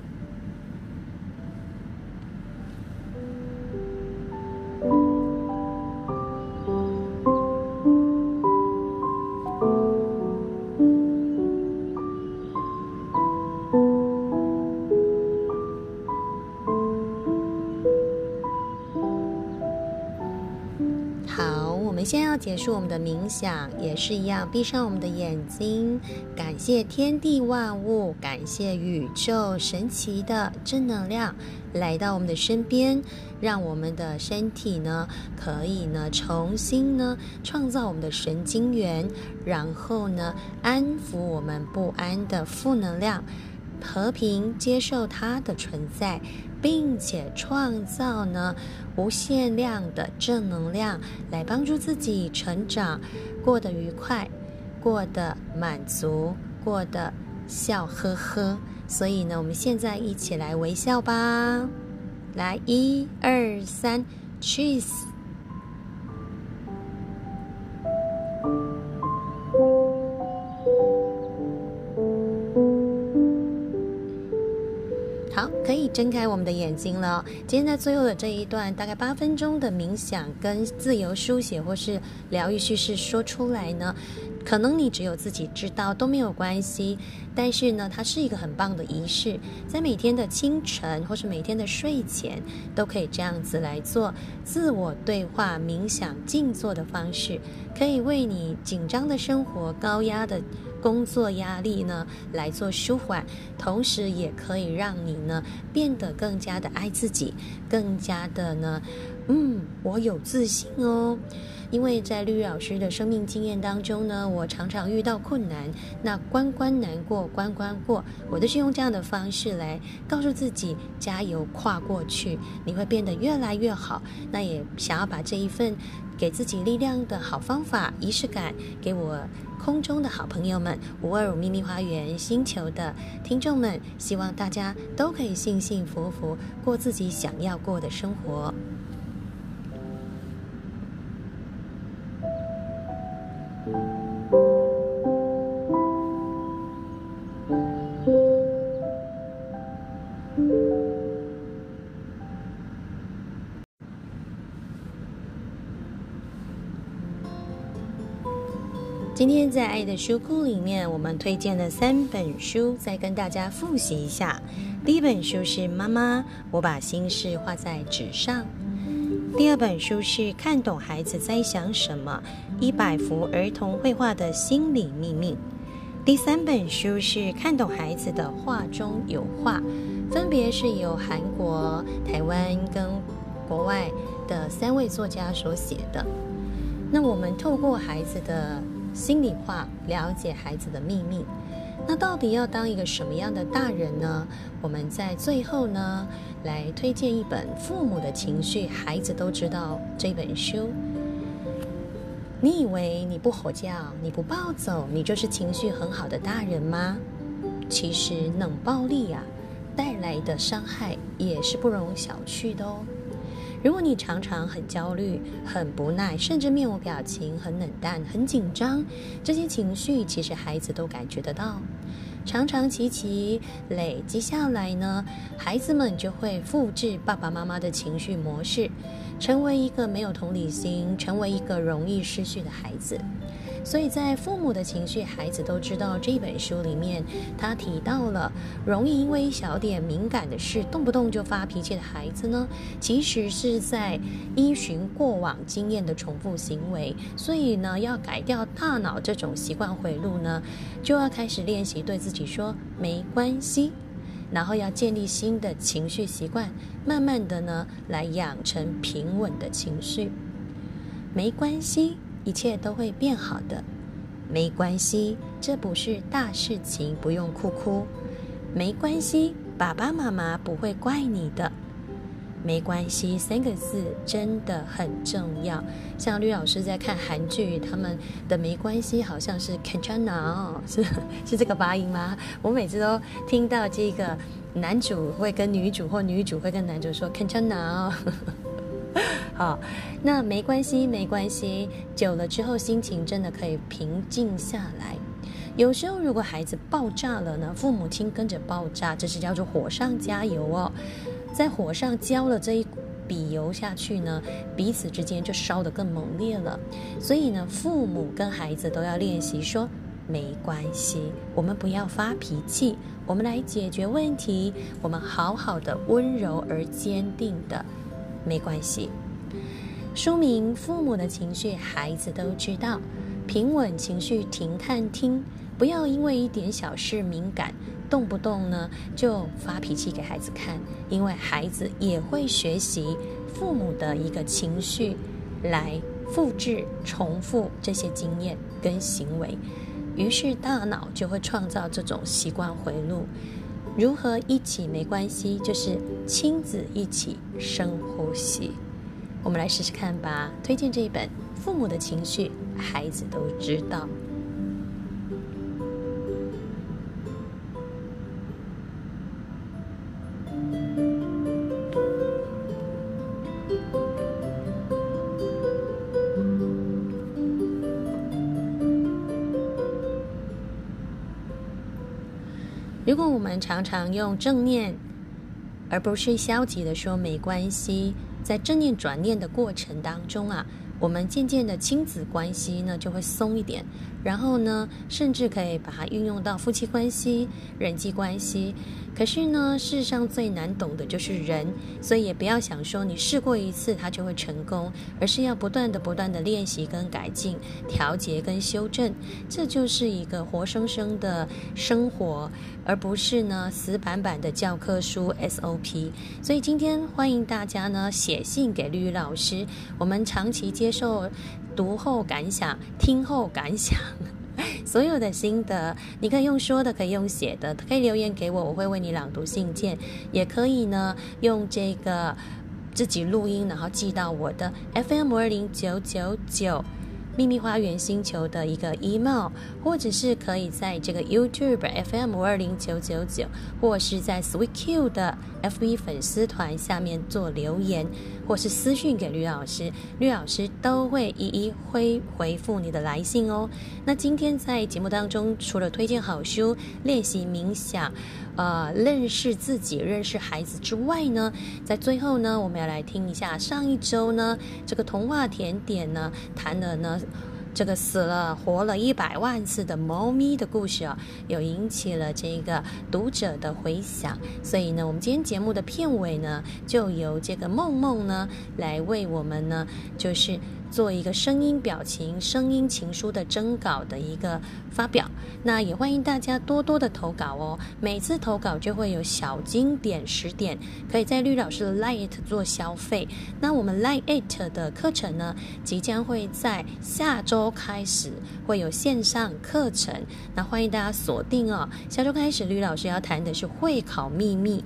现在要结束我们的冥想，也是一样，闭上我们的眼睛，感谢天地万物，感谢宇宙神奇的正能量来到我们的身边，让我们的身体呢可以呢重新呢创造我们的神经元，然后呢安抚我们不安的负能量，和平接受它的存在，并且创造呢无限量的正能量，来帮助自己成长，过得愉快，过得满足，过得笑呵呵。所以呢，我们现在一起来微笑吧，来，一二三 ，cheese。好，可以睁开我们的眼睛了。今天在最后的这一段大概八分钟的冥想跟自由书写或是疗愈叙事说出来呢，可能你只有自己知道都没有关系，但是呢它是一个很棒的仪式，在每天的清晨或是每天的睡前都可以这样子来做自我对话冥想静坐的方式，可以为你紧张的生活高压的工作压力呢来做舒缓，同时也可以让你呢变得更加的爱自己，更加的呢嗯我有自信哦。因为在绿绿老师的生命经验当中呢，我常常遇到困难，那关关难过关关过，我都是用这样的方式来告诉自己加油跨过去，你会变得越来越好。那也想要把这一份给自己力量的好方法仪式感给我空中的好朋友们，五二五秘密花园星球的听众们，希望大家都可以幸幸福福过自己想要过的生活。今天在爱的书库里面，我们推荐了三本书，再跟大家复习一下。第一本书是妈妈，我把心事画在纸上。第二本书是看懂孩子在想什么，一百幅儿童绘画的心理秘密。第三本书是看懂孩子的画中有画，分别是由韩国、台湾跟国外的三位作家所写的。那我们透过孩子的心里话了解孩子的秘密，那到底要当一个什么样的大人呢？我们在最后呢来推荐一本父母的情绪孩子都知道这本书。 你以为你不吼叫，你不暴走，你就是情绪很好的大人吗？其实冷暴力啊，带来的伤害也是不容小觑的哦。如果你常常很焦虑、很不耐，甚至面无表情、很冷淡、很紧张，这些情绪其实孩子都感觉得到。长长期期累积下来呢，孩子们就会复制爸爸妈妈的情绪模式，成为一个没有同理心，成为一个容易失去的孩子。所以在父母的情绪，孩子都知道。这本书里面他提到了，容易因为一小点敏感的事动不动就发脾气的孩子呢，其实是在依循过往经验的重复行为。所以呢，要改掉大脑这种习惯回路呢，就要开始练习对自己说没关系，然后要建立新的情绪习惯，慢慢的呢来养成平稳的情绪。没关系，一切都会变好的。没关系，这不是大事情，不用哭哭。没关系，爸爸妈妈不会怪你的。没关系三个字真的很重要。像吕老师在看韩剧，他们的没关系好像是 괜찮아， 是是这个发音吗？我每次都听到这个男主会跟女主，或女主会跟男主说 괜찮아。好，那没关系没关系，久了之后心情真的可以平静下来。有时候如果孩子爆炸了呢，父母亲跟着爆炸，这是叫做火上加油哦。在火上浇了这一笔油下去呢，彼此之间就烧得更猛烈了。所以呢，父母跟孩子都要练习说没关系，我们不要发脾气，我们来解决问题，我们好好的温柔而坚定的没关系。书名《父母的情绪孩子都知道》，平稳情绪停看听，不要因为一点小事敏感，动不动呢就发脾气给孩子看，因为孩子也会学习父母的一个情绪来复制重复这些经验跟行为，于是大脑就会创造这种习惯回路。如何一起没关系，就是亲子一起深呼吸。我们来试试看吧。推荐这一本《父母的情绪孩子都知道》。如果我们常常用正念而不是消极的说没关系，在正念转念的过程当中啊，我们渐渐的亲子关系呢就会松一点，然后呢甚至可以把它运用到夫妻关系、人际关系。可是呢，世上最难懂的就是人，所以也不要想说你试过一次它就会成功，而是要不断的不断的练习跟改进、调节跟修正，这就是一个活生生的生活，而不是呢死板板的教科书 S O P。 所以今天欢迎大家呢写信给绿绿老师，我们长期接受读后感想、听后感想，所有的心得，你可以用说的，可以用写的，可以留言给我，我会为你朗读信件，也可以呢用这个自己录音，然后寄到我的 F M 五二零九九九秘密花园星球的一个 email， 或者是可以在这个 YouTube F M 五二零九九九， 或是在 Sweet Q 的 F B 粉丝团下面做留言，或是私讯给吕老师，吕老师都会一一回回复你的来信哦。那今天在节目当中，除了推荐好书、练习冥想、呃，认识自己、认识孩子之外呢，在最后呢，我们要来听一下上一周呢，这个童话甜点呢谈了呢这个死了活了一百万次的猫咪的故事啊，有引起了这个读者的回响，所以呢，我们今天节目的片尾呢，就由这个梦梦呢来为我们呢，就是做一个声音表情、声音情书的征稿的一个发表。那也欢迎大家多多的投稿哦，每次投稿就会有小金点十点，可以在绿老师的 Lite 做消费。那我们 Lite 的课程呢，即将会在下周开始会有线上课程，那欢迎大家锁定哦。下周开始，吕老师要谈的是会考秘密。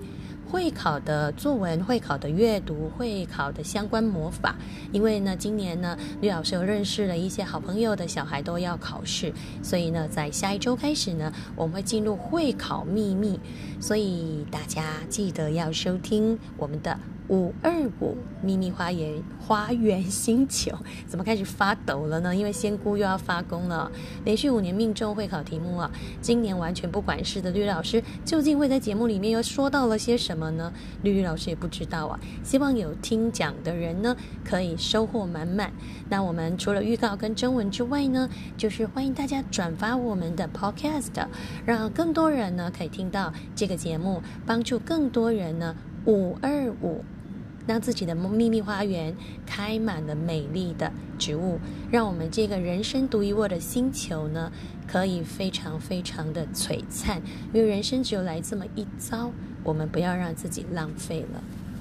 会考的作文、会考的阅读、会考的相关魔法。因为呢，今年呢，吕老师有认识了一些好朋友的小孩都要考试，所以呢，在下一周开始呢，我们会进入会考秘密，所以大家记得要收听我们的五二五秘密花园花园星球。怎么开始发抖了呢？因为仙姑又要发功了，连续五年命中会考题目啊，今年完全不管事的绿老师究竟会在节目里面又说到了些什么呢？绿绿老师也不知道啊，希望有听讲的人呢可以收获满满。那我们除了预告跟征文之外呢，就是欢迎大家转发我们的 podcast， 让更多人呢可以听到这个节目，帮助更多人呢五二五让自己的秘密花园开满了美丽的植物，让我们这个人生独一无二的星球呢可以非常非常的璀璨。因为人生只有来这么一遭，我们不要让自己浪费了。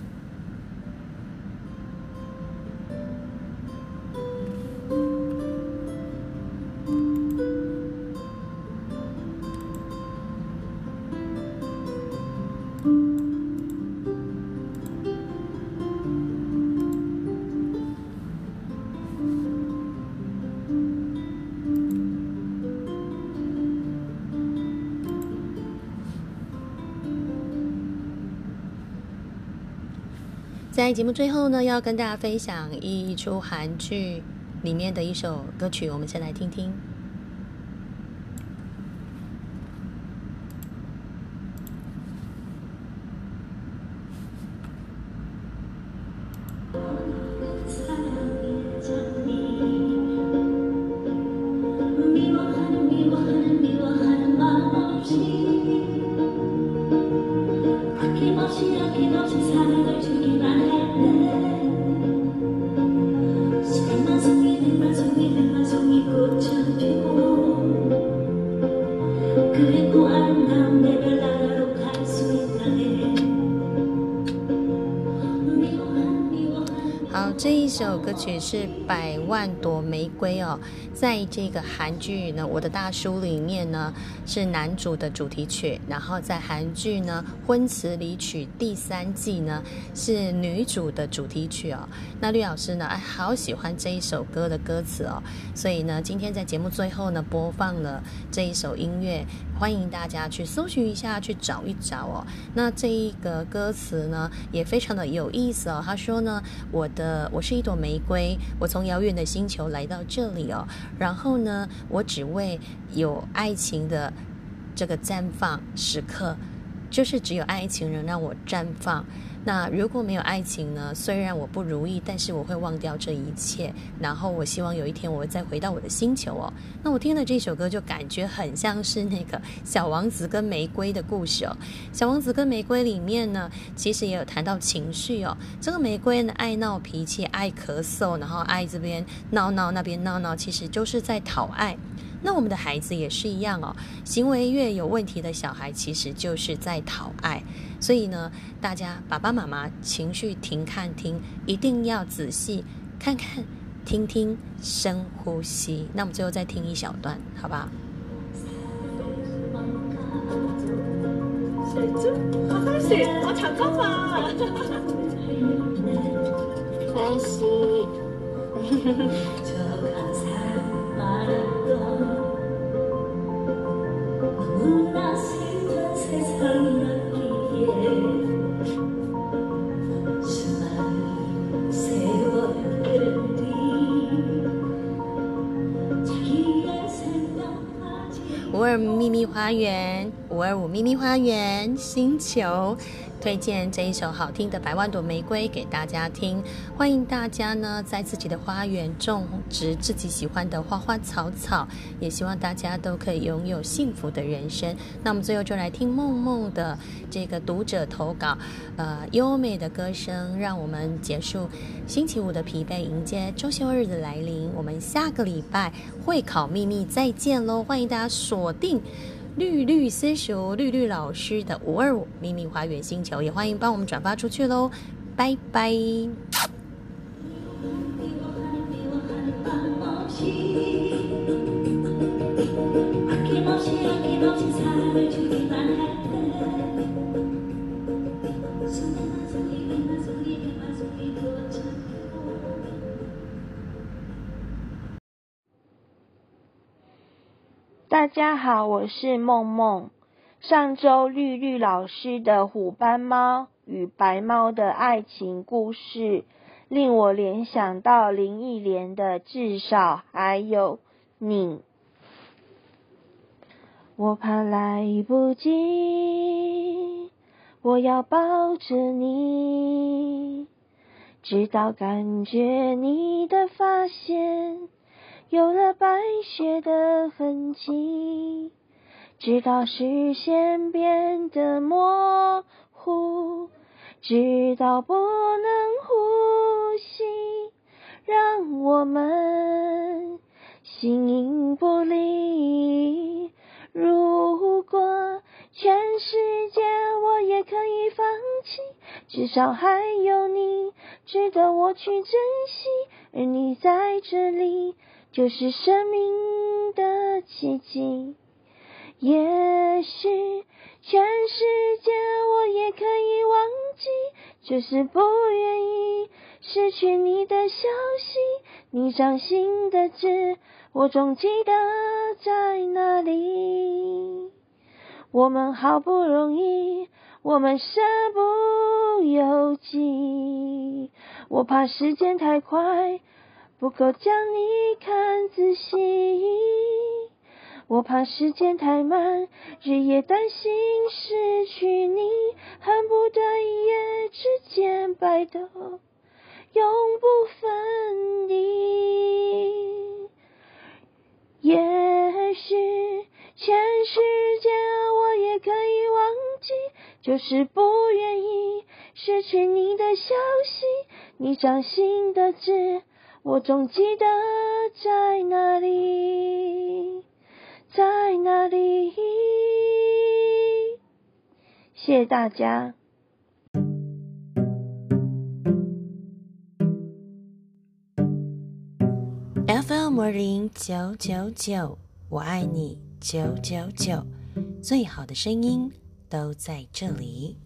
在节目最后呢，要跟大家分享一出韩剧里面的一首歌曲，我们先来听听。好，这一首歌曲是《百万朵玫瑰》哦，在这个韩剧呢《我的大叔》里面呢是男主的主题曲，然后在韩剧呢《婚词离曲》第三季呢是女主的主题曲哦。那绿老师呢，哎，好喜欢这一首歌的歌词哦，所以呢，今天在节目最后呢播放了这一首音乐，欢迎大家去搜寻一下，去找一找哦。那这一个歌词呢也非常的有意思哦。他说呢，我的我是一朵玫瑰，我从遥远的星球来到这里哦，然后呢，我只为有爱情的这个绽放时刻，就是只有爱情能让我绽放。那如果没有爱情呢，虽然我不如意，但是我会忘掉这一切，然后我希望有一天我会再回到我的星球哦。那我听了这首歌就感觉很像是那个小王子跟玫瑰的故事哦。小王子跟玫瑰里面呢，其实也有谈到情绪哦。这个玫瑰呢，爱闹脾气，爱咳嗽，然后爱这边闹闹那边闹闹，其实就是在讨爱。那我们的孩子也是一样哦，行为越有问题的小孩其实就是在讨爱。所以呢，大家爸爸妈妈情绪停看听，一定要仔细看看听听，深呼吸。那我们最后再听一小段好不好？五二五秘密花园，五二五秘密花园星球推荐这一首好听的《百万朵玫瑰》给大家听。欢迎大家呢在自己的花园种植自己喜欢的花花草草，也希望大家都可以拥有幸福的人生。那我们最后就来听梦梦的这个读者投稿，呃，优美的歌声，让我们结束星期五的疲惫，迎接周休日的来临。我们下个礼拜会考秘密再见喽！欢迎大家锁定绿绿私塾绿绿老师的五二五秘密花园星球，也欢迎帮我们转发出去喽，拜拜。 家好，我是梦梦。上周绿绿老师的虎斑猫与白猫的爱情故事，令我联想到林忆莲的至少还有你。我怕来不及，我要抱着你，直到感觉你的发线有了白雪的痕迹，直到视线变得模糊，直到不能呼吸，让我们形影不离。如果全世界我也可以放弃，至少还有你值得我去珍惜，而你在这里就是生命的奇迹。也许全世界我也可以忘记，就是不愿意失去你的消息，你掌心的痣我总记得在哪里。我们好不容易，我们身不由己，我怕时间太快不够将你看仔细，我怕时间太慢，日夜担心失去你，恨不得一夜之间白头永不分离。也许全世界我也可以忘记，就是不愿意失去你的消息，你掌心的痣我总记得在哪里，在哪里。谢谢大家。 F M 二零九九九，我爱你九九九，最好的声音都在这里。